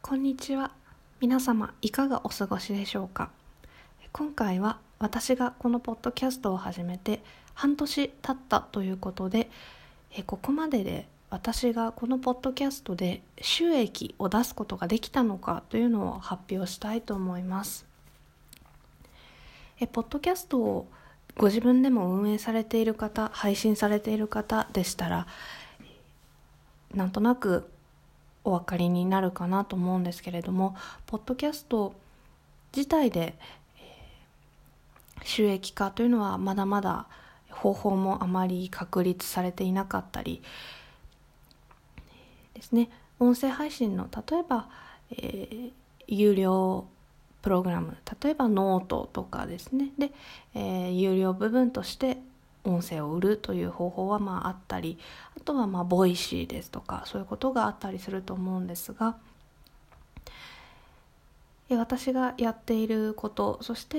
こんにちは。皆様いかがお過ごしでしょうか。今回は私がこのポッドキャストを始めて半年経ったということで、ここまでで私がこのポッドキャストで収益を出すことができたのかというのを発表したいと思います。ポッドキャストをご自分でも運営されている方、配信されている方でしたら、なんとなくお分かりになるかなと思うんですけれども、ポッドキャスト自体で収益化というのはまだまだ方法もあまり確立されていなかったりですね。音声配信の例えば、有料プログラム、例えばノートとかですねで、有料部分として音声を売るという方法はあったり、あとはボイシーですとかそういうことがあったりすると思うんですが、私がやっていること、そして、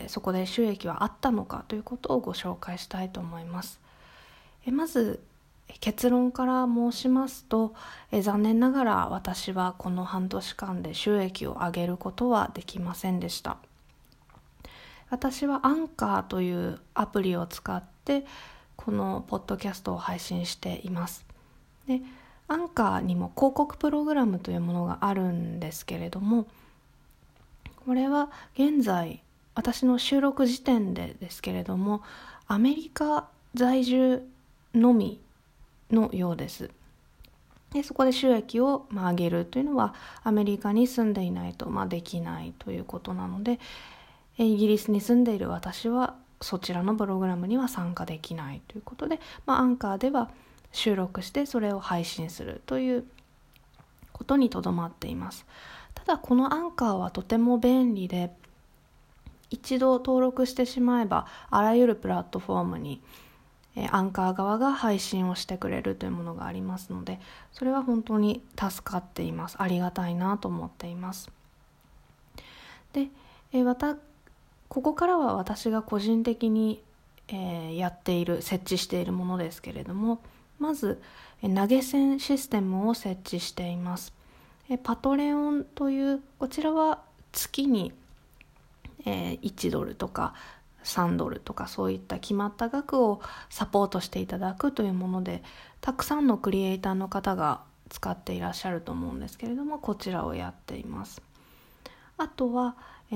そこで収益はあったのかということをご紹介したいと思います。まず結論から申しますと、残念ながら私はこの半年間で収益を上げることはできませんでした。私はアンカーというアプリを使ってこのポッドキャストを配信しています。で、アンカーにも広告プログラムというものがあるんですけれども、これは現在私の収録時点でですけれどもアメリカ在住のみのようです。で、そこで収益を上げるというのはアメリカに住んでいないとできないということなので、イギリスに住んでいる私はそちらのプログラムには参加できないということで、アンカーでは収録してそれを配信するということにとどまっています。ただこのアンカーはとても便利で、一度登録してしまえばあらゆるプラットフォームにアンカー側が配信をしてくれるというものがありますので、それは本当に助かっています。ありがたいなと思っています。で、ここからは私が個人的に、設置しているものですけれども、まず投げ銭システムを設置しています。パトレオンという、こちらは月に、1ドルとか3ドルとかそういった決まった額をサポートしていただくというもので、たくさんのクリエイターの方が使っていらっしゃると思うんですけれども、こちらをやっています。あとは、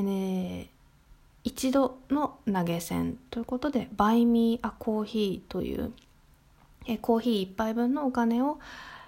一度の投げ銭ということで Buy Me a Coffee という、コーヒー一杯分のお金を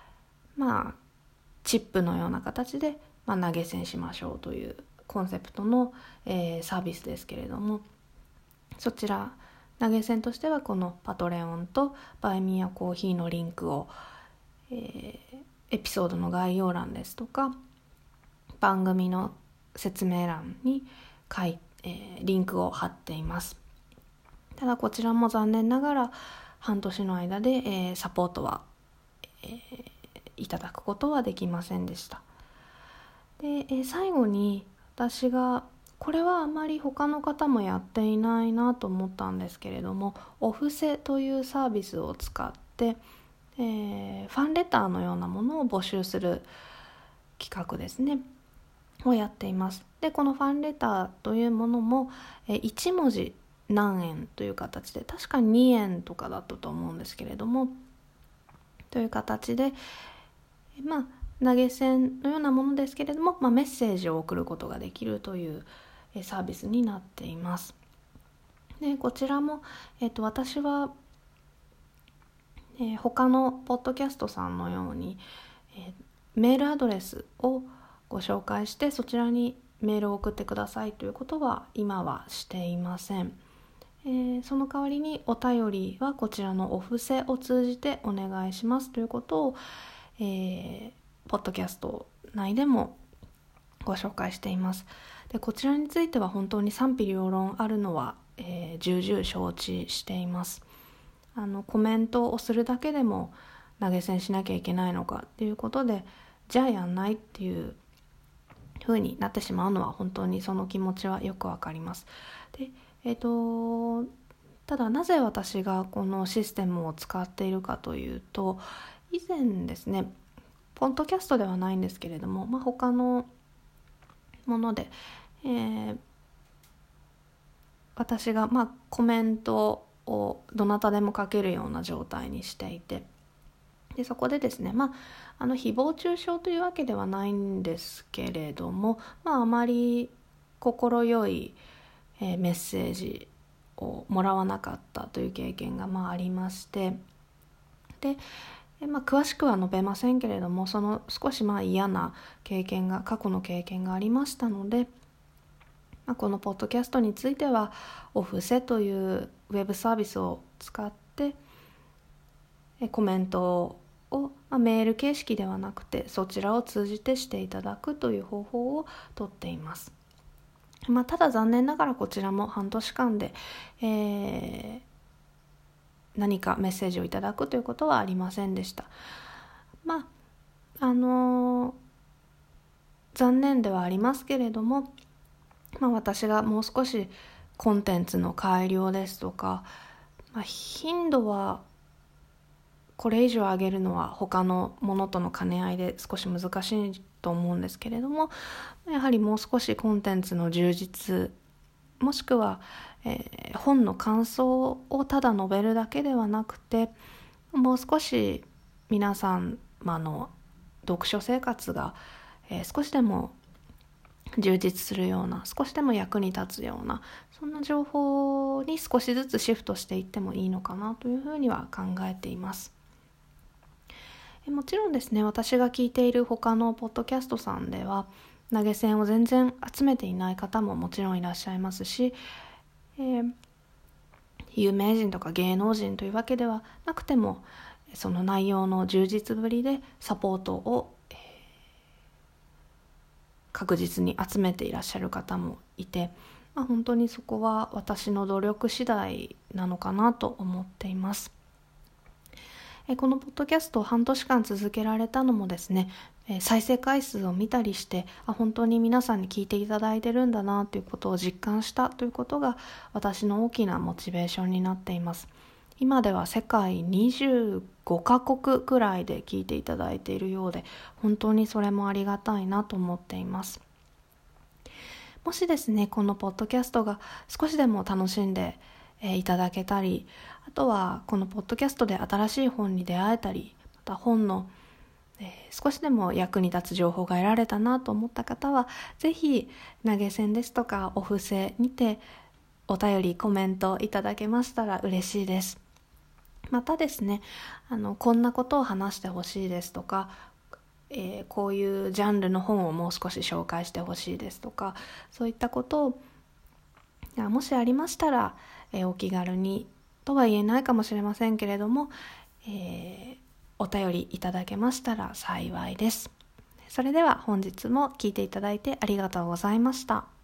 チップのような形で、投げ銭しましょうというコンセプトの、サービスですけれども、そちら投げ銭としてはこのパトレオンとバイミーアコーヒーのリンクを、エピソードの概要欄ですとか番組の説明欄にリンクを貼っています。ただこちらも残念ながら半年の間で、サポートは、いただくことはできませんでした。で、最後に私がこれはあまり他の方もやっていないなと思ったんですけれども、お布施というサービスを使って、ファンレターのようなものを募集する企画ですねをやっています。で、このファンレターというものも、1文字何円という形で、確かに2円とかだったと思うんですけれども、という形で投げ銭のようなものですけれども、メッセージを送ることができるというサービスになっています。で、こちらも、私は、他のポッドキャストさんのように、メールアドレスをご紹介してそちらにメールを送ってくださいということは今はしていません。その代わりにお便りはこちらのお布施を通じてお願いしますということを、ポッドキャスト内でもご紹介しています。で、こちらについては本当に賛否両論あるのは、重々承知しています。コメントをするだけでも投げ銭しなきゃいけないのかっていうことで、じゃあやんないっていう風になってしまうのは本当にその気持ちはよくわかります。で、ただなぜ私がこのシステムを使っているかというと、以前ですねポッドキャストではないんですけれども、他のもので、私がコメントをどなたでも書けるような状態にしていて、でそこでですね、誹謗中傷というわけではないんですけれども、あまり心よい、メッセージをもらわなかったという経験がありまして、で、詳しくは述べませんけれども、その少し嫌な過去の経験がありましたので、このポッドキャストについてはオフセというウェブサービスを使ってコメントをメール形式ではなくてそちらを通じてしていただくという方法をとっています。ただ残念ながらこちらも半年間で、何かメッセージをいただくということはありませんでした。残念ではありますけれども、私がもう少しコンテンツの改良ですとか、頻度はこれ以上上げるのは他のものとの兼ね合いで少し難しいと思うんですけれども、やはりもう少しコンテンツの充実、もしくは、本の感想をただ述べるだけではなくて、もう少し皆さんの読書生活が、少しでも充実するような、少しでも役に立つような、そんな情報に少しずつシフトしていってもいいのかなというふうには考えています。もちろんですね、私が聞いている他のポッドキャストさんでは投げ銭を全然集めていない方ももちろんいらっしゃいますし、有名人とか芸能人というわけではなくてもその内容の充実ぶりでサポートを、確実に集めていらっしゃる方もいて、本当にそこは私の努力次第なのかなと思っています。このポッドキャストを半年間続けられたのもですね、再生回数を見たりして本当に皆さんに聞いていただいてるんだなということを実感したということが私の大きなモチベーションになっています。今では世界25カ国くらいで聞いていただいているようで、本当にそれもありがたいなと思っています。もしですね、このポッドキャストが少しでも楽しんでいただけたり、あとはこのポッドキャストで新しい本に出会えたり、また本の少しでも役に立つ情報が得られたなと思った方は、ぜひ投げ銭ですとかお布施にてお便りコメントいただけましたら嬉しいです。またですね、こんなことを話してほしいですとか、こういうジャンルの本をもう少し紹介してほしいですとか、そういったことをもしありましたら、お気軽にとは言えないかもしれませんけれども、お便りいただけましたら幸いです。それでは本日も聞いていただいてありがとうございました。